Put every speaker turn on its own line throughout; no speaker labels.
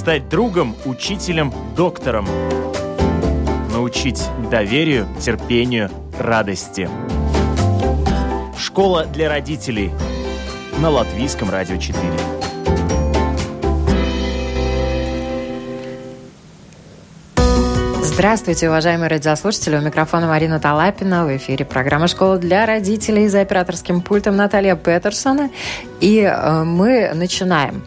стать другом, учителем, доктором. Научить доверию, терпению, радости. Школа для родителей на Латвийском радио 4.
Здравствуйте, уважаемые радиослушатели. У микрофона Марина Талапина. В эфире программа «Школа для родителей» за операторским пультом Наталья Петерсона. И мы начинаем.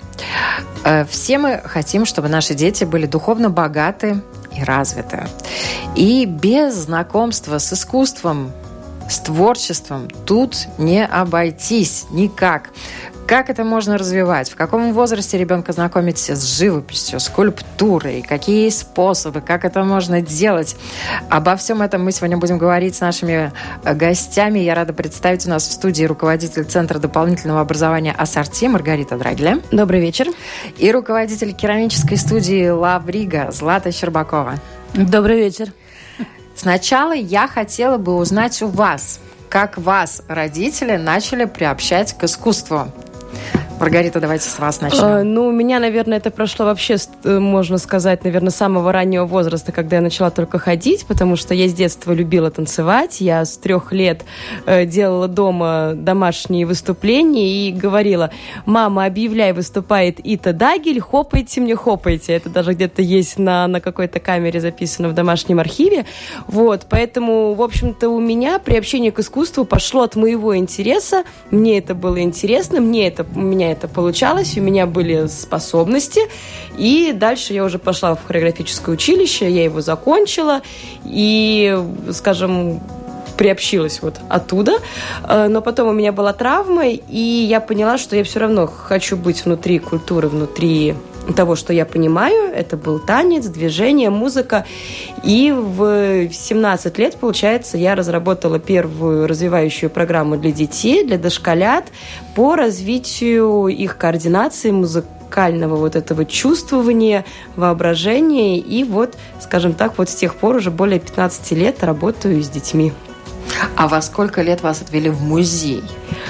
Все мы хотим, чтобы наши дети были духовно богаты и развиты. И без знакомства с искусством, с творчеством тут не обойтись никак. Как это можно развивать? В каком возрасте ребенка знакомить с живописью, скульптурой? Какие способы? Как это можно делать? Обо всем этом мы сегодня будем говорить с нашими гостями. Я рада представить у нас в студии руководитель Центра дополнительного образования «Ассорти» Маргарита Драгиле.
Добрый вечер.
И руководитель керамической студии «Лаврига» Злата Щербакова.
Добрый вечер.
Сначала я хотела бы узнать у вас, как вас, родители, начали приобщать к искусству. Маргарита, давайте с вас начнем.
У меня, наверное, это прошло вообще, можно сказать, наверное, с самого раннего возраста, когда я начала только ходить, потому что я с детства любила танцевать. Я с 3 лет делала дома домашние выступления и говорила: мама, объявляй, выступает Ита Дагиль, хопайте мне, хопайте. Это даже где-то есть на какой-то камере записано в домашнем архиве. Вот, поэтому, в общем-то, у меня приобщение к искусству пошло от моего интереса. Мне это было интересно, у меня это получалось, у меня были способности, и дальше я уже пошла в хореографическое училище, я его закончила, и, скажем, приобщилась вот оттуда, но потом у меня была травма, и я поняла, что я все равно хочу быть внутри культуры, внутри того, что я понимаю. Это был танец, движение, музыка. И в 17 лет, получается, я разработала первую развивающую программу для детей, для дошколят по развитию их координации, музыкального вот этого чувствования, воображения. И вот, скажем так, вот с тех пор уже более 15 лет работаю с детьми.
А во сколько лет вас отвели в музей?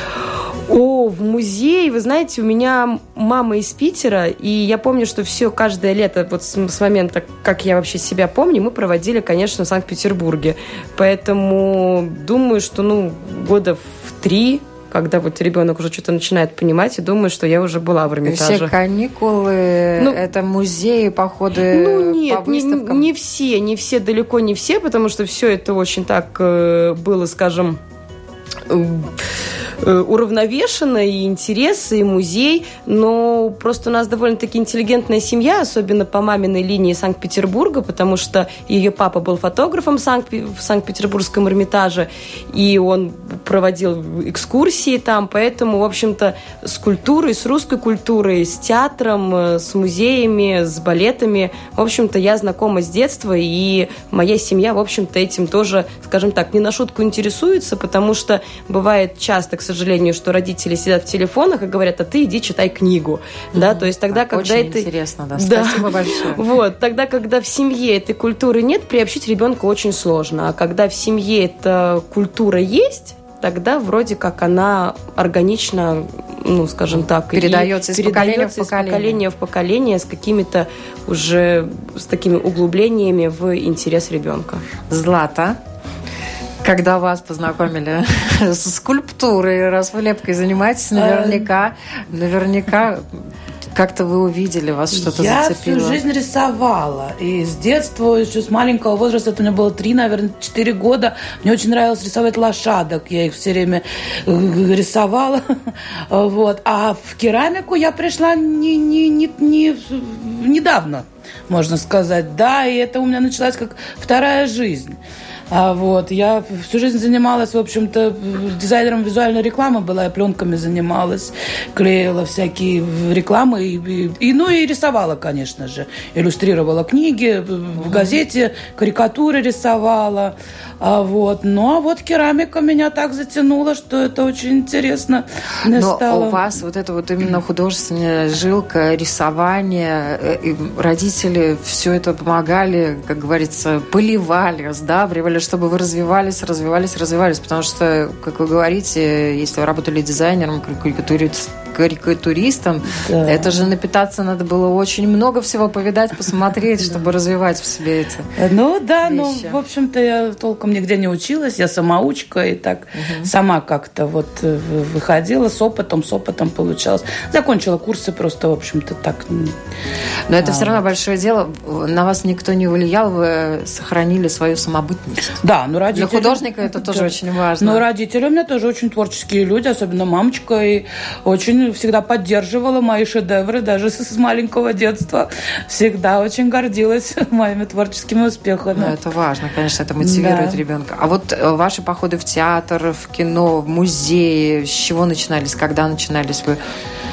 В музей, вы знаете, у меня мама из Питера, и я помню, что каждое лето, вот с момента, как я вообще себя помню, мы проводили, конечно, в Санкт-Петербурге. Поэтому думаю, что, года в 3, когда вот ребенок уже что-то начинает понимать, и думаю, что я уже была в Эрмитаже.
Все каникулы, это музеи, походы
нет,
по выставкам?
Не все, далеко не все, потому что все это очень так было, скажем, уравновешенно, и интересы, и музей, но просто у нас довольно-таки интеллигентная семья, особенно по маминой линии Санкт-Петербурга, потому что ее папа был фотографом в Санкт-Петербургском Эрмитаже, и он проводил экскурсии там, поэтому, в общем-то, с культурой, с русской культурой, с театром, с музеями, с балетами, в общем-то, я знакома с детства, и моя семья, в общем-то, этим тоже, скажем так, не на шутку интересуется, потому что бывает часто, к сожалению, что родители сидят в телефонах и говорят: а ты иди читай книгу. Да, то есть тогда, когда
очень
это...
интересно, да. Спасибо большое.
Вот, тогда, когда в семье этой культуры нет, приобщить ребенка очень сложно. А когда в семье эта культура есть, тогда вроде как она органично, скажем так,
передается из
поколения в поколение с какими-то уже, с такими углублениями в интерес ребенка.
Злата, когда вас познакомили с скульптурой, раз вы лепкой занимаетесь, наверняка как-то вы увидели, вас что-то зацепило.
Я всю жизнь рисовала. И с детства, еще с маленького возраста, это у меня было 3, наверное, 4 года. Мне очень нравилось рисовать лошадок. Я их все время рисовала. Вот. А в керамику я пришла недавно, можно сказать. Да, и это у меня началась как вторая жизнь. Я всю жизнь занималась, в общем-то, дизайнером визуальной рекламы была, я пленками занималась, клеила всякие рекламы и рисовала, конечно же. Иллюстрировала книги, в газете карикатуры рисовала. Керамика меня так затянула, что это очень интересно мне стало.
Но у вас вот это вот именно художественная жилка, рисование, родители все это помогали, как говорится, поливали, сдабривали, чтобы вы развивались, потому что, как вы говорите, если вы работали дизайнером, карикатуристом, карикатуристом. Да. Это же напитаться надо было очень много всего повидать, посмотреть, чтобы развивать в себе эти вещи.
В общем-то, я толком нигде не училась, я самоучка, и так сама как-то вот выходила с опытом получалось. Закончила курсы просто, в общем-то, так.
Но это все равно большое дело. На вас никто не влиял, вы сохранили свою самобытность.
Да, но родители...
Для художника это тоже очень важно.
Но родители у меня тоже очень творческие люди, особенно мамочка, и очень всегда поддерживала мои шедевры, даже с маленького детства. Всегда очень гордилась моими творческими успехами.
Это важно, конечно, это мотивирует ребенка. А вот ваши походы в театр, в кино, в музей, с чего начинались, когда начинались вы?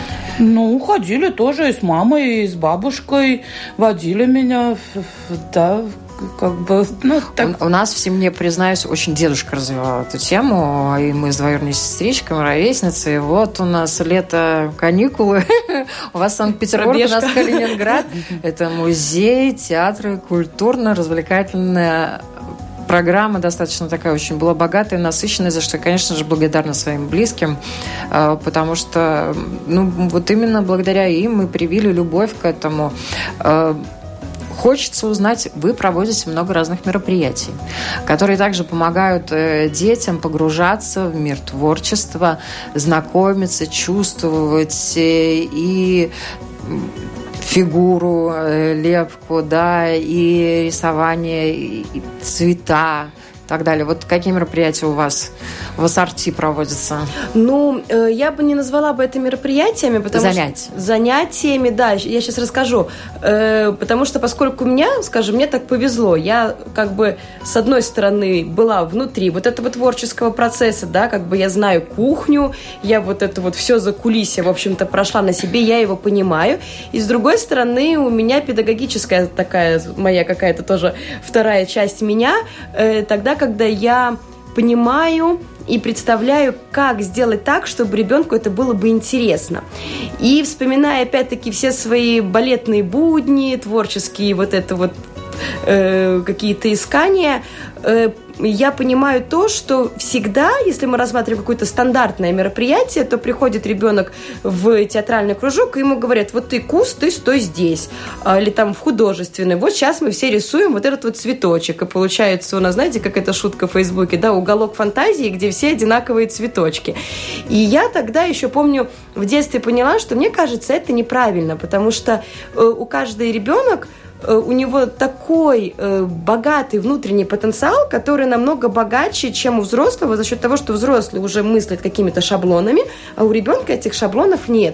Ходили тоже и с мамой, и с бабушкой, водили меня, да, так.
У нас в семье, признаюсь, очень дедушка развивал эту тему, и мы с двоюродной сестричкой, ровесницы, и вот у нас лето, каникулы, у вас Санкт-Петербург, у нас Калининград, это музей, театры, культурно-развлекательная программа достаточно такая очень была богатая, насыщенная, за что, конечно же, благодарна своим близким, потому что, вот именно благодаря им мы привили любовь к этому. Хочется узнать, вы проводите много разных мероприятий, которые также помогают детям погружаться в мир творчества, знакомиться, чувствовать и фигуру, лепку, да, и рисование, и цвета, и так далее. Вот какие мероприятия у вас в ассорти проводятся?
Я бы не назвала бы это мероприятиями, потому что... Занятиями, да, я сейчас расскажу. Потому что, поскольку мне так повезло, я с одной стороны была внутри вот этого творческого процесса, да, я знаю кухню, я вот это вот все закулисье, в общем-то, прошла на себе, я его понимаю. И с другой стороны, у меня педагогическая такая, моя какая-то тоже вторая часть меня, тогда, когда я понимаю и представляю, как сделать так, чтобы ребенку это было бы интересно. И вспоминая, опять-таки, все свои балетные будни, творческие какие-то искания, я понимаю то, что всегда, если мы рассматриваем какое-то стандартное мероприятие, то приходит ребенок в театральный кружок, и ему говорят, вот ты куст, ты стой здесь. Или там в художественный. Вот сейчас мы все рисуем вот этот вот цветочек. И получается у нас, знаете, как эта шутка в Фейсбуке, да, уголок фантазии, где все одинаковые цветочки. И я тогда еще помню, в детстве поняла, что мне кажется, это неправильно, потому что у каждого ребенка у него такой богатый внутренний потенциал, который намного богаче, чем у взрослого, за счет того, что взрослый уже мыслит какими-то шаблонами, а у ребенка этих шаблонов нет.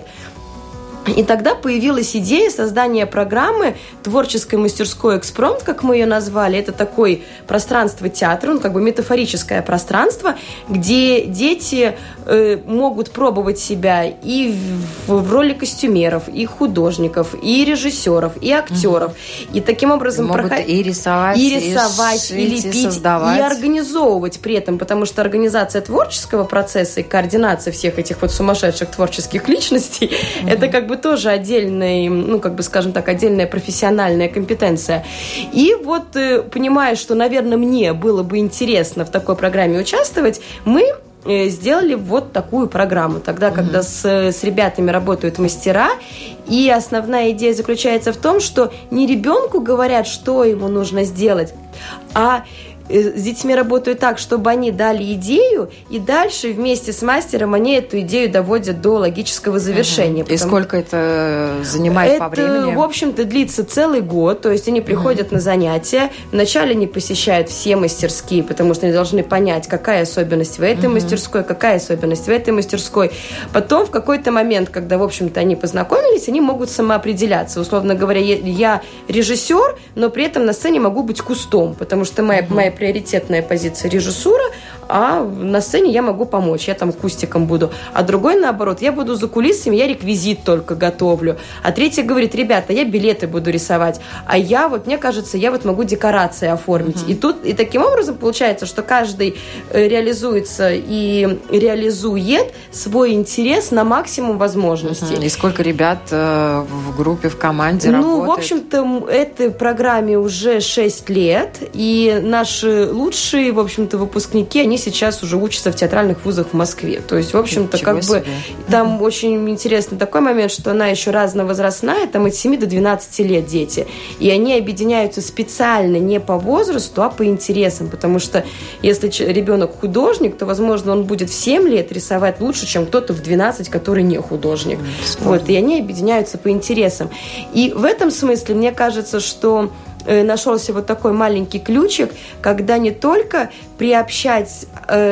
И тогда появилась идея создания программы «Творческой мастерской Экспромт», как мы ее назвали. Это такое пространство театра, метафорическое пространство, где дети могут пробовать себя и в роли костюмеров, и художников, и режиссеров, и актеров. И таким образом
и рисовать,
и лепить,
и создавать,
и организовывать при этом, потому что организация творческого процесса и координация всех этих сумасшедших творческих личностей это тоже отдельная, отдельная профессиональная компетенция. И понимая, что, наверное, мне было бы интересно в такой программе участвовать, мы сделали вот такую программу. Тогда, когда с ребятами работают мастера, и основная идея заключается в том, что не ребенку говорят, что ему нужно сделать, а с детьми работают так, чтобы они дали идею, и дальше вместе с мастером они эту идею доводят до логического завершения.
И сколько это занимает по времени?
Это, в общем-то, длится целый год. То есть они приходят на занятия. Вначале они посещают все мастерские, потому что они должны понять, какая особенность в этой мастерской, какая особенность в этой мастерской. Потом в какой-то момент, когда, в общем-то, они познакомились, они могут самоопределяться. Условно говоря, я режиссер, но при этом на сцене могу быть кустом, потому что моя приоритетная позиция режиссура, а на сцене я могу помочь, я там кустиком буду. А другой, наоборот, я буду за кулисами, я реквизит только готовлю. А третий говорит, ребята, я билеты буду рисовать, а я мне кажется, я могу декорации оформить. И таким образом получается, что каждый реализуется и реализует свой интерес на максимум возможностей.
И сколько ребят в группе, в команде работает?
В общем-то, этой программе уже 6 лет, и наши лучшие, в общем-то, выпускники, они сейчас уже учатся в театральных вузах в Москве. То есть, в общем-то,
Ничего
как
себе.
бы там очень интересный такой момент, что она еще разновозрастная, там от 7 до 12 лет дети. И они объединяются специально не по возрасту, а по интересам. Потому что если ребенок художник, то, возможно, он будет в 7 лет рисовать лучше, чем кто-то в 12, который не художник. Вот, и они объединяются по интересам. И в этом смысле, мне кажется, что нашелся вот такой маленький ключик, когда не только приобщать,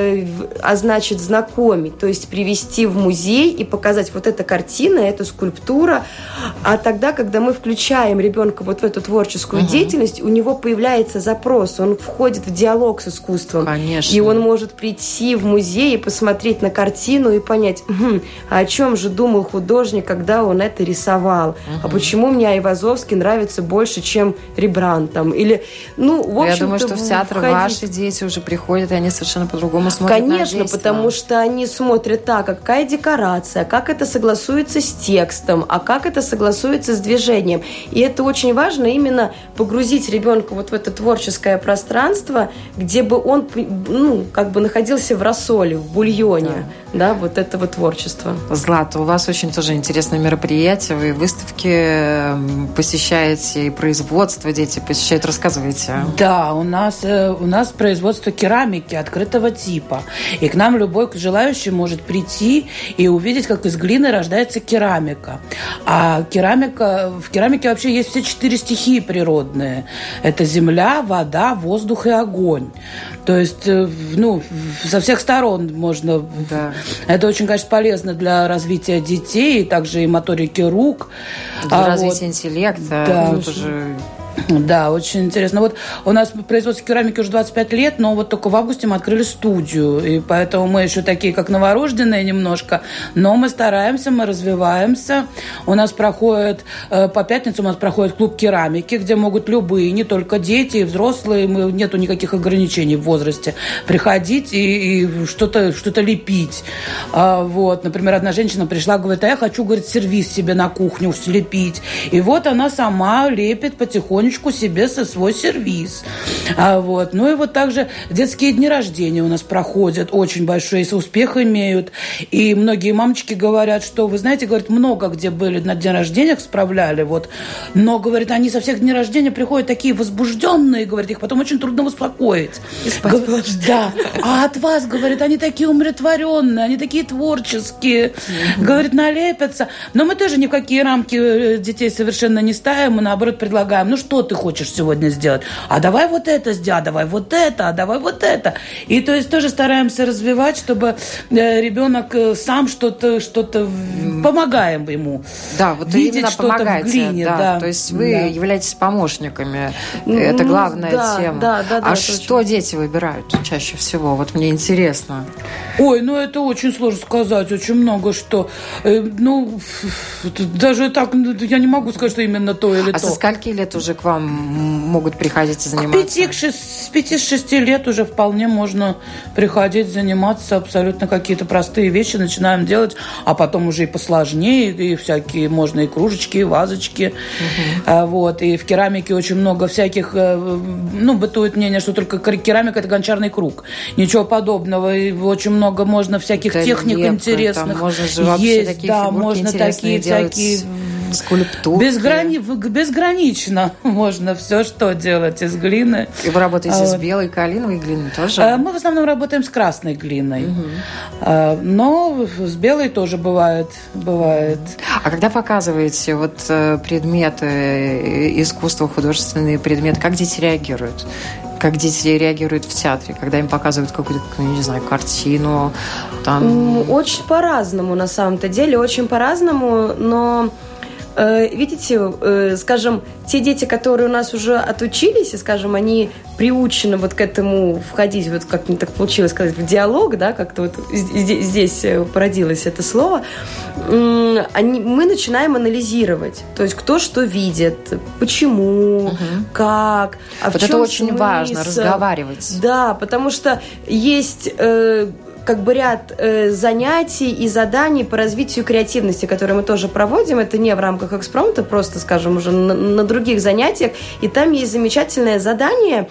а значит знакомить, то есть привести в музей и показать вот эта картина, эта скульптура, а тогда, когда мы включаем ребенка вот в эту творческую деятельность, у него появляется запрос, он входит в диалог с искусством.
Конечно.
И он может прийти в музей и посмотреть на картину и понять, а о чем же думал художник, когда он это рисовал, а почему мне Айвазовский нравится больше, чем Рембрандт, там, или, ну, в общем-то,
я думаю, что в театр ваши дети уже приходят, и они совершенно по-другому смотрят на
Конечно,
действо.
потому что они смотрят так, какая декорация, как это согласуется с текстом, а как это согласуется с движением. И это очень важно именно погрузить ребенка вот в это творческое пространство, где бы он, ну, как бы находился в рассоле, в бульоне, да, вот этого творчества.
Злата, у вас очень тоже интересное мероприятие, вы выставки посещаете, и производство дети посещают, рассказывайте.
Да, у нас производство керамики открытого типа. И к нам любой желающий может прийти и увидеть, как из глины рождается керамика. А в керамике вообще есть все 4 стихии природные. Это земля, вода, воздух и огонь. То есть, ну, со всех сторон можно...
Да.
Это очень, конечно, полезно для развития детей, также и моторики рук.
Для развития интеллекта.
Да.
Тоже...
Да, очень интересно. Вот у нас производство керамики уже 25 лет, но вот только в августе мы открыли студию, и поэтому мы еще такие, как новорожденные немножко, но мы стараемся, мы развиваемся. У нас проходит, по пятницам у нас проходит клуб керамики, где могут любые, не только дети, и взрослые, нету никаких ограничений в возрасте, приходить и что-то лепить. Вот, например, одна женщина пришла, говорит, а я хочу, говорит, сервиз себе на кухню слепить. И вот она сама лепит потихонечку себе свой сервиз. Вот. Ну и вот также детские дни рождения у нас проходят, очень большие успех имеют. И многие мамочки говорят, что, вы знаете, говорят, много где были на день рождения, справляли, вот. Но, говорят, они со всех дней рождения приходят такие возбужденные, говорят, их потом очень трудно успокоить. Да. А от вас, говорят, они такие умиротворенные, они такие творческие, говорит, налепятся. Но мы тоже ни в какие рамки детей совершенно не ставим, мы наоборот предлагаем, ну что ты хочешь сегодня сделать? А давай вот это сделай, а давай вот это, а давай вот это. И то есть тоже стараемся развивать, чтобы ребенок сам что-то помогаем ему.
Да, вот
видеть
именно
что-то
помогаете.
в глине.
Да. То есть вы являетесь помощниками. Это главная тема.
Да,
что
очень...
дети выбирают чаще всего? Вот мне интересно.
Ой, ну это очень сложно сказать, очень много что. Ну, даже так, я не могу сказать, что именно то или то.
А со скольки лет уже к вам могут приходить и заниматься?
С 5-6 лет уже вполне можно приходить, заниматься абсолютно какие-то простые вещи, начинаем делать, а потом уже и посложнее, и всякие, можно и кружечки, и вазочки. Вот, и в керамике очень много всяких, ну, бытует мнение, что только керамика – это гончарный круг. Ничего подобного, и очень много можно всяких техник
лепка,
интересных.
там можно же вообще
есть,
такие
да,
фигурки
можно такие всякие...
Скульптуры.
Безгранично можно все, что делать из глины.
И вы работаете с белой калиновой глиной тоже?
Мы в основном работаем с красной глиной. Но с белой тоже бывает.
А когда показываете вот предметы искусства, художественные предметы, как дети реагируют? Как дети реагируют в театре, когда им показывают какую-то, не знаю, картину? Там...
Очень по-разному, на самом-то деле, очень по-разному, но... Видите, скажем, те дети, которые у нас уже отучились, и, скажем, они приучены вот к этому входить, вот как мне так получилось сказать, в диалог, да, как-то вот здесь породилось это слово, мы начинаем анализировать, то есть кто что видит, почему, как,
вот
в чем
это очень
смысл.
важно, разговаривать.
Да, потому что есть... как бы ряд занятий и заданий по развитию креативности, которые мы тоже проводим. Это не в рамках экспромта, просто, скажем, уже на других занятиях. И там есть замечательное задание.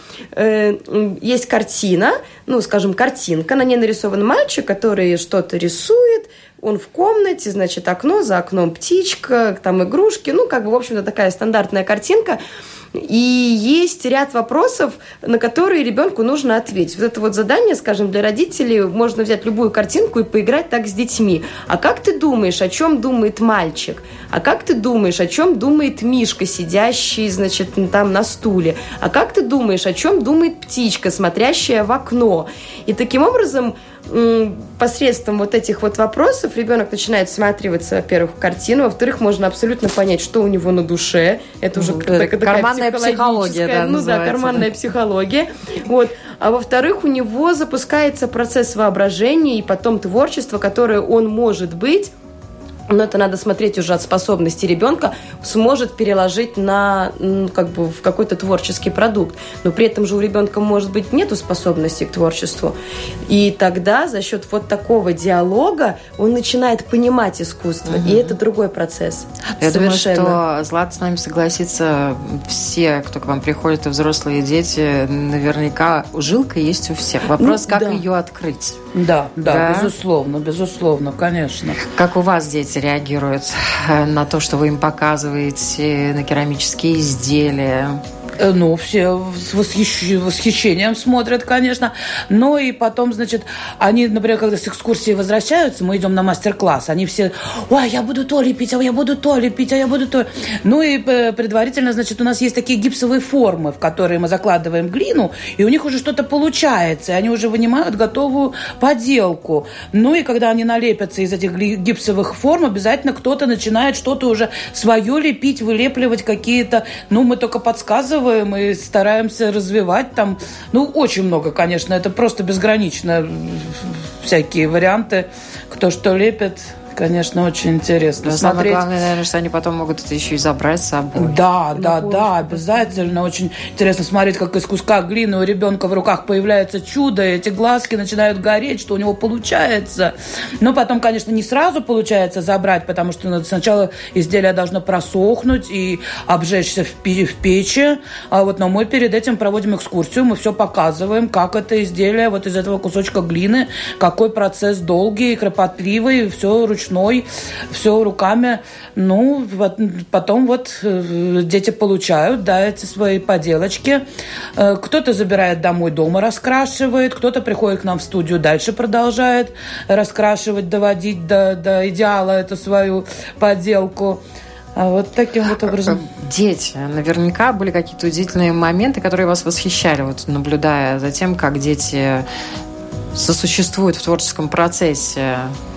Есть картина, ну, скажем, картинка. На ней нарисован мальчик, который что-то рисует. Он в комнате, значит, окно, за окном птичка, там игрушки. Ну, как бы, в общем-то, такая стандартная картинка. И есть ряд вопросов, на которые ребенку нужно ответить. Вот это вот задание, скажем, для родителей, можно взять любую картинку и поиграть так с детьми. А как ты думаешь, о чем думает мальчик? А как ты думаешь, о чем думает Мишка, сидящий, значит, там на стуле? А как ты думаешь, о чем думает птичка, смотрящая в окно? И таким образом, посредством вот этих вот вопросов ребенок начинает всматриваться, во-первых, в картину, во-вторых, можно абсолютно понять, что у него на душе. Это уже такая
карманная психология, да,
ну да, карманная психология. Вот. А во-вторых, у него запускается процесс воображения и потом творчество, которое он может быть, но это надо смотреть уже от способности ребенка, сможет переложить на, как бы, в какой-то творческий продукт. Но при этом же у ребенка, может быть, нету способности к творчеству. И тогда за счет вот такого диалога он начинает понимать искусство. И это другой процесс.
Я думаю, что Злата с нами согласится. Все, кто к вам приходит, и взрослые, и дети, наверняка жилка есть у всех. Вопрос, как ее открыть.
Да, безусловно, конечно.
Как у вас дети реагируют на то, что вы им показываете, на керамические изделия?
Ну, все с восхищением смотрят, конечно. Но и потом, значит, они, например, когда с экскурсии возвращаются, мы идем на мастер-класс, они все: ой, я буду то лепить, а я буду то лепить, а я буду то. Ну и предварительно, значит, у нас есть такие гипсовые формы, в которые мы закладываем глину, и у них уже что-то получается, и они уже вынимают готовую поделку. Ну и когда они налепятся из этих гипсовых форм, обязательно кто-то начинает что-то уже свое лепить, вылепливать какие-то. Ну, мы только подсказываем и стараемся развивать там. Ну, очень много, конечно. Это просто безгранично всякие варианты. Кто что лепит, конечно, очень интересно смотреть.
Самое главное, наверное, что они потом могут это еще и забрать с собой.
Да, обязательно. Очень интересно смотреть, как из куска глины у ребенка в руках появляется чудо, и эти глазки начинают гореть, что у него получается. Но потом, конечно, не сразу получается забрать, потому что сначала изделие должно просохнуть и обжечься в печи. Но мы перед этим проводим экскурсию, мы все показываем, как это изделие вот из этого кусочка глины, какой процесс долгий, кропотливый, все ручной, все руками. Ну, потом вот дети получают, да, эти свои поделочки. Кто-то забирает домой, дома раскрашивает, кто-то приходит к нам в студию, дальше продолжает раскрашивать, доводить до идеала эту свою поделку. Вот таким вот образом.
Дети, наверняка были какие-то удивительные моменты, которые вас восхищали, вот наблюдая за тем, как дети сосуществуют в творческом процессе.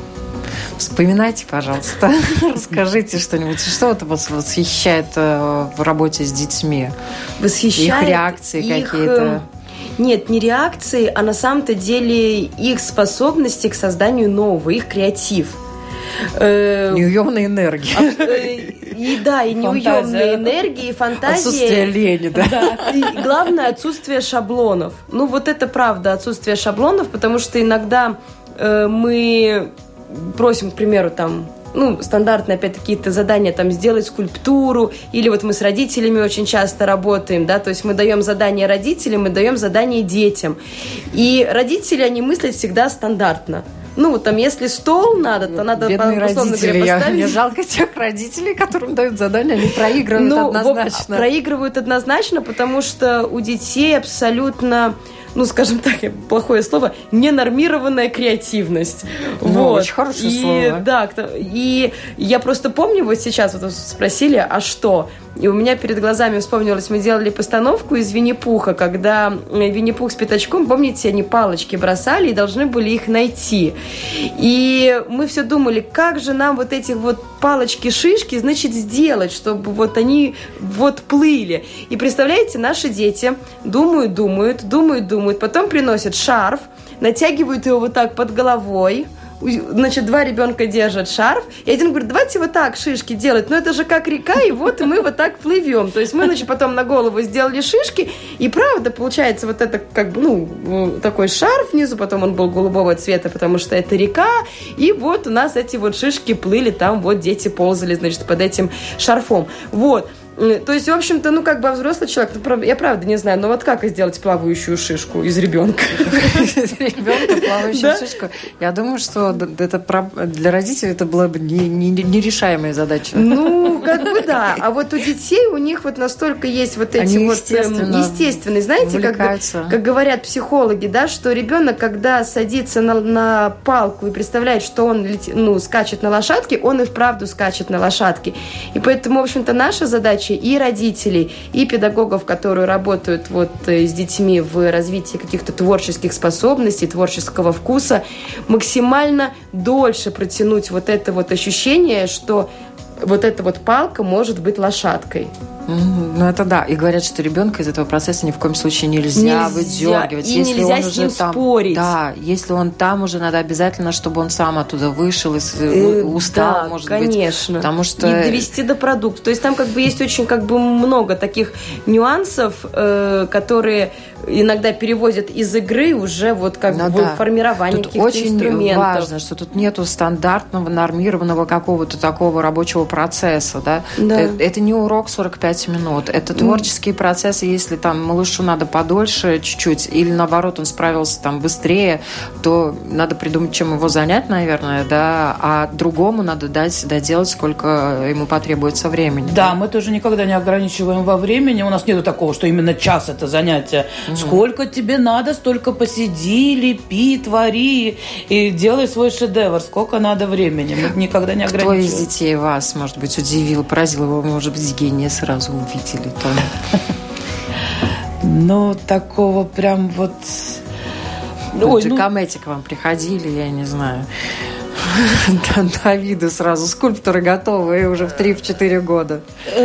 Вспоминайте, пожалуйста. Расскажите что-нибудь. Что вас восхищает в работе с детьми?
Восхищает
их реакции какие-то?
Нет, не реакции, а на самом-то деле их способности к созданию нового, их креатив.
Неуемная энергия.
И неуемная энергия, и фантазия.
Отсутствие лени, да.
И главное, отсутствие шаблонов. Ну, вот это правда, отсутствие шаблонов, потому что иногда мы просим, к примеру, там, стандартные, опять, какие-то задания, там, сделать скульптуру, или вот мы с родителями очень часто работаем, да, то есть мы даем задание родителям, мы даем задание детям. И родители, они мыслят всегда стандартно. Если стол надо, то надо,
бедные родители,
поставить.
Мне жалко тех родителей, которым дают задания, они проигрывают однозначно.
Проигрывают однозначно, потому что у детей абсолютно, скажем так, плохое слово, ненормированная креативность.
Очень хорошее слово.
Да, и я просто помню, вот сейчас вот спросили, а что? И у меня перед глазами вспомнилось, мы делали постановку из Винни-Пуха, когда Винни-Пух с Пятачком, помните, они палочки бросали и должны были их найти. И мы все думали, как же нам вот эти вот палочки-шишки, значит, сделать, чтобы вот они вот плыли. И представляете, наши дети думают, потом приносят шарф, натягивают его вот так под головой, значит, 2 ребенка держат шарф, и один говорит, давайте вот так шишки делать, но это же как река, и вот мы вот так плывем. То есть мы, значит, потом на голову сделали шишки, и правда, получается, вот это как бы, такой шарф внизу, потом он был голубого цвета, потому что это река, и вот у нас эти вот шишки плыли, там вот дети ползали, значит, под этим шарфом. Вот. То есть, в общем-то, а взрослый человек, я правда не знаю, но вот как сделать плавающую шишку из ребенка?
Из ребенка плавающую шишку? Я думаю, что это для родителей это была бы нерешаемая задача.
Да. А вот у детей, у них вот настолько есть вот эти вот естественные, знаете, как говорят психологи, да, что ребенок, когда садится на палку и представляет, что он скачет на лошадке, он и вправду скачет на лошадке. И поэтому, в общем-то, наша задача и родителей, и педагогов, которые работают вот с детьми в развитии каких-то творческих способностей, творческого вкуса, максимально дольше протянуть вот это вот ощущение, что вот эта вот палка может быть лошадкой.
Ну, это да. И говорят, что ребенка из этого процесса ни в коем случае нельзя выдергивать.
И если нельзя он с ним спорить.
Да, если он там уже, надо обязательно, чтобы он сам оттуда вышел, устал,
да,
может
конечно.
быть.
Конечно.
Потому что...
И довести до продукта. То есть там есть очень много таких нюансов, которые иногда переводят из игры уже вот в формирование каких-то инструментов.
Очень важно, что тут нету стандартного, нормированного какого-то такого рабочего процесса. Да?
Да.
Это не урок 45 минут. Это творческие процессы. Если там малышу надо подольше чуть-чуть, или наоборот он справился там быстрее, то надо придумать, чем его занять, наверное, да, а другому надо дать доделать, сколько ему потребуется времени.
Да, мы тоже никогда не ограничиваем во времени. У нас нету такого, что именно час это занятие. Сколько тебе надо, столько посиди, лепи, твори и делай свой шедевр. Сколько надо времени. Мы никогда не ограничиваем.
Кто из детей вас, может быть, удивил, поразил его, может быть, гения сразу увидели?
Такого прям вот...
Джакометти к вам приходили, я не знаю... Давиды сразу, скульпторы готовые уже в 3-4 года.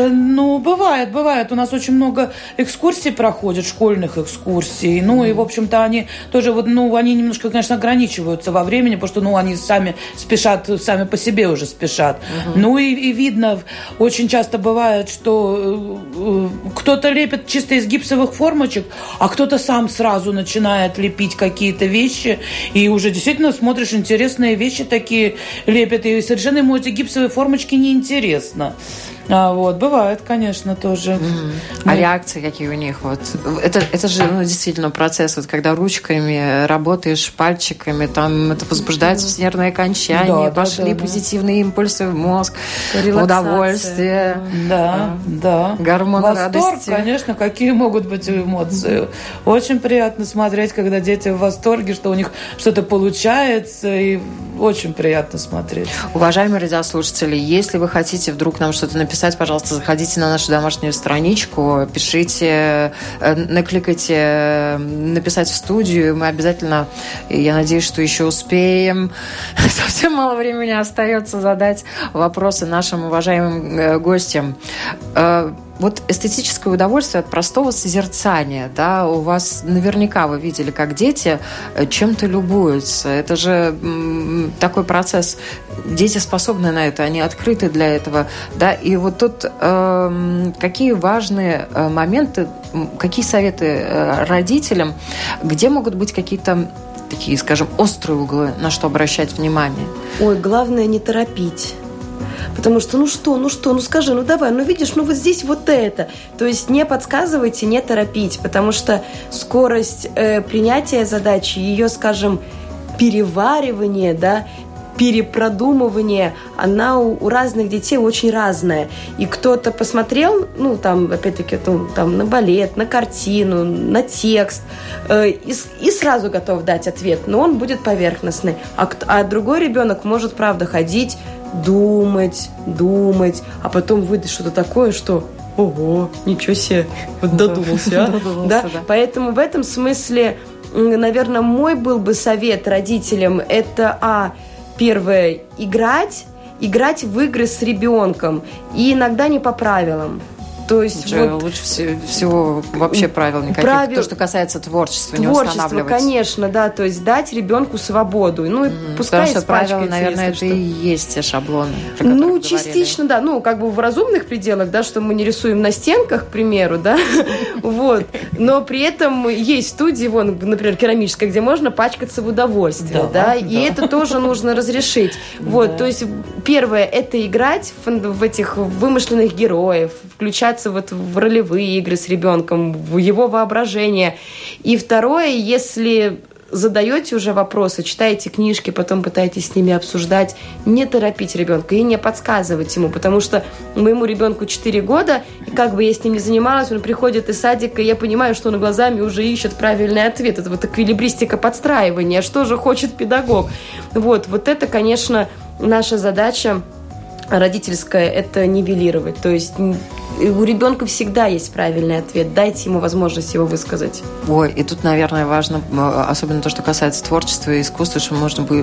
Бывает. У нас очень много экскурсий проходит, школьных экскурсий. И, в общем-то, они тоже они немножко, конечно, ограничиваются во времени, потому что, они сами спешат, сами по себе уже спешат. И видно, очень часто бывает, что кто-то лепит чисто из гипсовых формочек, а кто-то сам сразу начинает лепить какие-то вещи, и уже действительно смотришь интересные вещи такие лепят, и совершенно ему эти гипсовые формочки неинтересно. Бывает, конечно, тоже.
А реакции какие у них? Это же действительно процесс, когда ручками работаешь, пальчиками, там это возбуждается нервное окончание, пошли позитивные импульсы в мозг, удовольствие, гормоны радости.
Восторг, конечно, какие могут быть эмоции. Очень приятно смотреть, когда дети в восторге, что у них что-то получается, и очень приятно смотреть.
Уважаемые радиослушатели, если вы хотите вдруг нам что-то написать, пожалуйста, заходите на нашу домашнюю страничку, пишите, накликайте написать в студию. Мы обязательно, я надеюсь, что еще успеем. Совсем мало времени остается задать вопросы нашим уважаемым гостям. Эстетическое удовольствие от простого созерцания, да, у вас наверняка вы видели, как дети чем-то любуются. Это же такой процесс. Дети способны на это, они открыты для этого, да. И вот тут какие важные моменты, какие советы родителям, где могут быть какие-то такие, скажем, острые углы, на что обращать внимание?
Главное не торопить. Потому что, скажи, давай, видишь, вот здесь вот это. То есть не подсказывайте, не торопить, потому что скорость принятия задачи, ее, скажем, переваривание, да, перепродумывание, она у разных детей очень разная. И кто-то посмотрел, опять-таки, на балет, на картину, на текст, и сразу готов дать ответ, но он будет поверхностный. А другой ребенок может, правда, ходить, думать, а потом выдать что-то такое, что ого, ничего себе, додумался. Да? Поэтому в этом смысле, наверное, мой был бы совет родителям, это, первое, играть в игры с ребенком, и иногда не по правилам. То есть вот,
лучше всего вообще правил никаких. То, что касается творчества, не устанавливать.
Конечно, да, то есть дать ребенку свободу. Ну, и пускай
потому что правила, наверное, это и есть те шаблоны, про которые
частично, да. Ну, как бы в разумных пределах, да, что мы не рисуем на стенках, к примеру, да, вот. Но при этом есть студии, вон, например, керамическая, где можно пачкаться в удовольствие, да, и это тоже нужно разрешить. Вот, то есть первое, это играть в этих вымышленных героев, включаться вот в ролевые игры с ребенком, в его воображение. И второе, если задаете уже вопросы, читаете книжки, потом пытаетесь с ними обсуждать, не торопить ребенка и не подсказывать ему, потому что моему ребенку 4 года, и как бы я с ним ни занималась, он приходит из садика, и я понимаю, что он глазами уже ищет правильный ответ. Это вот эквилибристика подстраивания, что же хочет педагог. Вот это, конечно, наша задача родительская, это нивелировать. То есть у ребенка всегда есть правильный ответ. Дайте ему возможность его высказать.
Ой, и тут, наверное, важно, особенно то, что касается творчества и искусства, что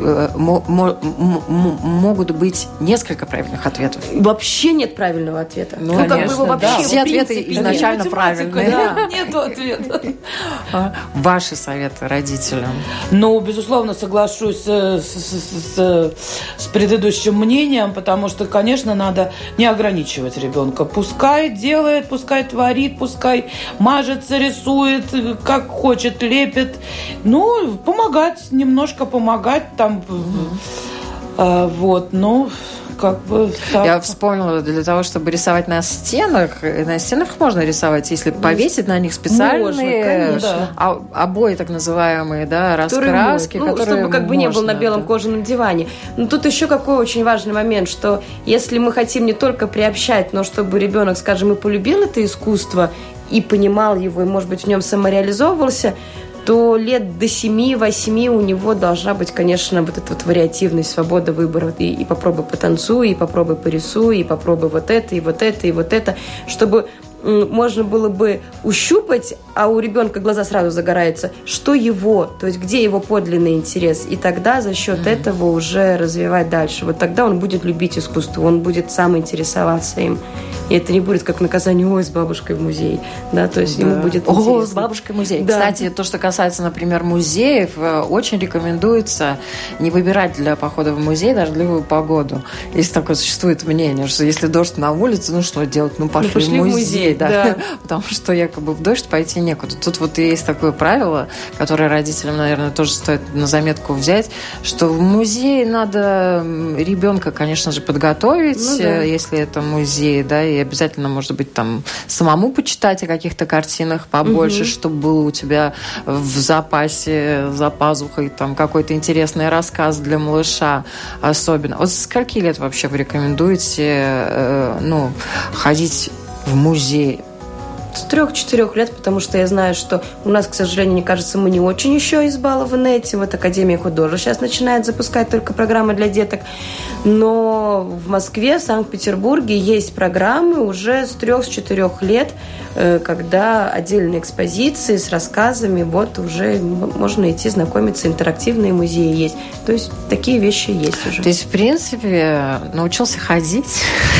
могут быть несколько правильных ответов.
Вообще нет правильного ответа.
Ну, конечно, как бы его вообще, все ответы изначально правильные.
Да, нету ответа.
Ваши советы родителям?
Ну, безусловно, соглашусь с предыдущим мнением, потому что, конечно, надо не ограничивать ребенка. Пускай делает, пускай творит, пускай мажется, рисует, как хочет, лепит. Ну, помогать, немножко помогать там. Вот, ну, как бы так.
Я вспомнила, для того, чтобы рисовать на стенах можно рисовать, если повесить на них специальные обои, так называемые, да, раскраски, которые
чтобы как бы не был на белом кожаном диване. Но тут еще какой очень важный момент, что если мы хотим не только приобщать, но чтобы ребенок, скажем, и полюбил это искусство, и понимал его, и, может быть, в нем самореализовывался, то лет до 7-8 у него должна быть, конечно, вот эта вот вариативность, свобода выбора. И попробуй потанцуй, и попробуй порисуй, и попробуй вот это, и вот это, и вот это, чтобы можно было бы ущупать, а у ребенка глаза сразу загораются, что его, то есть где его подлинный интерес. И тогда за счет этого уже развивать дальше. Вот тогда он будет любить искусство, он будет сам интересоваться им. И это не будет как наказание, ой, с бабушкой в музей. Да, то есть ему будет интересно.
О, с бабушкой в музей.
Да.
Кстати, то, что касается, например, музеев, очень рекомендуется не выбирать для похода в музей дождливую погоду. Если такое существует мнение, что если дождь на улице, ну что делать? Ну пошли в музей. Да. Потому что якобы в дождь пойти некуда. Тут вот есть такое правило, которое родителям, наверное, тоже стоит на заметку взять, что в музее надо ребенка, конечно же, подготовить, если это музей, да, и обязательно, может быть, там самому почитать о каких-то картинах побольше, чтобы было у тебя в запасе, за пазухой там какой-то интересный рассказ для малыша особенно. Вот с скольки лет вообще вы рекомендуете ходить в музей?
С 3-4 лет, потому что я знаю, что у нас, к сожалению, мне кажется, мы не очень еще избалованы этим. Вот Академия художеств сейчас начинает запускать только программы для деток. Но в Москве, в Санкт-Петербурге есть программы уже с 3-4 лет, когда отдельные экспозиции с рассказами, вот уже можно идти знакомиться, интерактивные музеи есть. То есть такие вещи есть уже.
То есть, в принципе, научился ходить,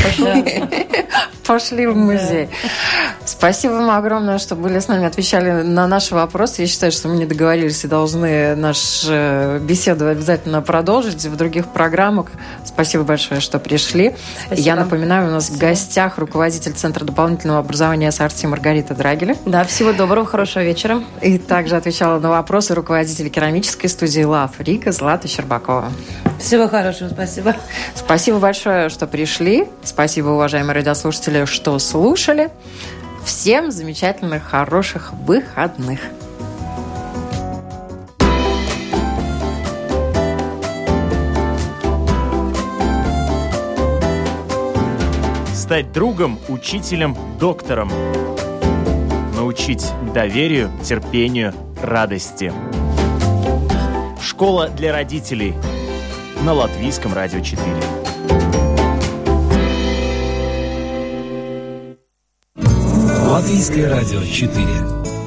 пошли в музей. Спасибо вам огромное, что были с нами, отвечали на наши вопросы. Я считаю, что мы не договорились и должны нашу беседу обязательно продолжить в других программах. Спасибо большое, что пришли.
Спасибо.
Я напоминаю, у нас в гостях руководитель Центра дополнительного образования СРТ Маргарита Драгеля.
Да, всего доброго, хорошего вечера.
И также отвечала на вопросы руководитель керамической студии «Лав Рига» Злата Щербакова.
Всего хорошего, спасибо.
Спасибо большое, что пришли. Спасибо, уважаемые радиослушатели, что слушали. Всем замечательных, хороших выходных.
Стать другом, учителем, доктором. Научить доверию, терпению, радости. Школа для родителей на Латвийском радио 4.
Латвийское радио 4.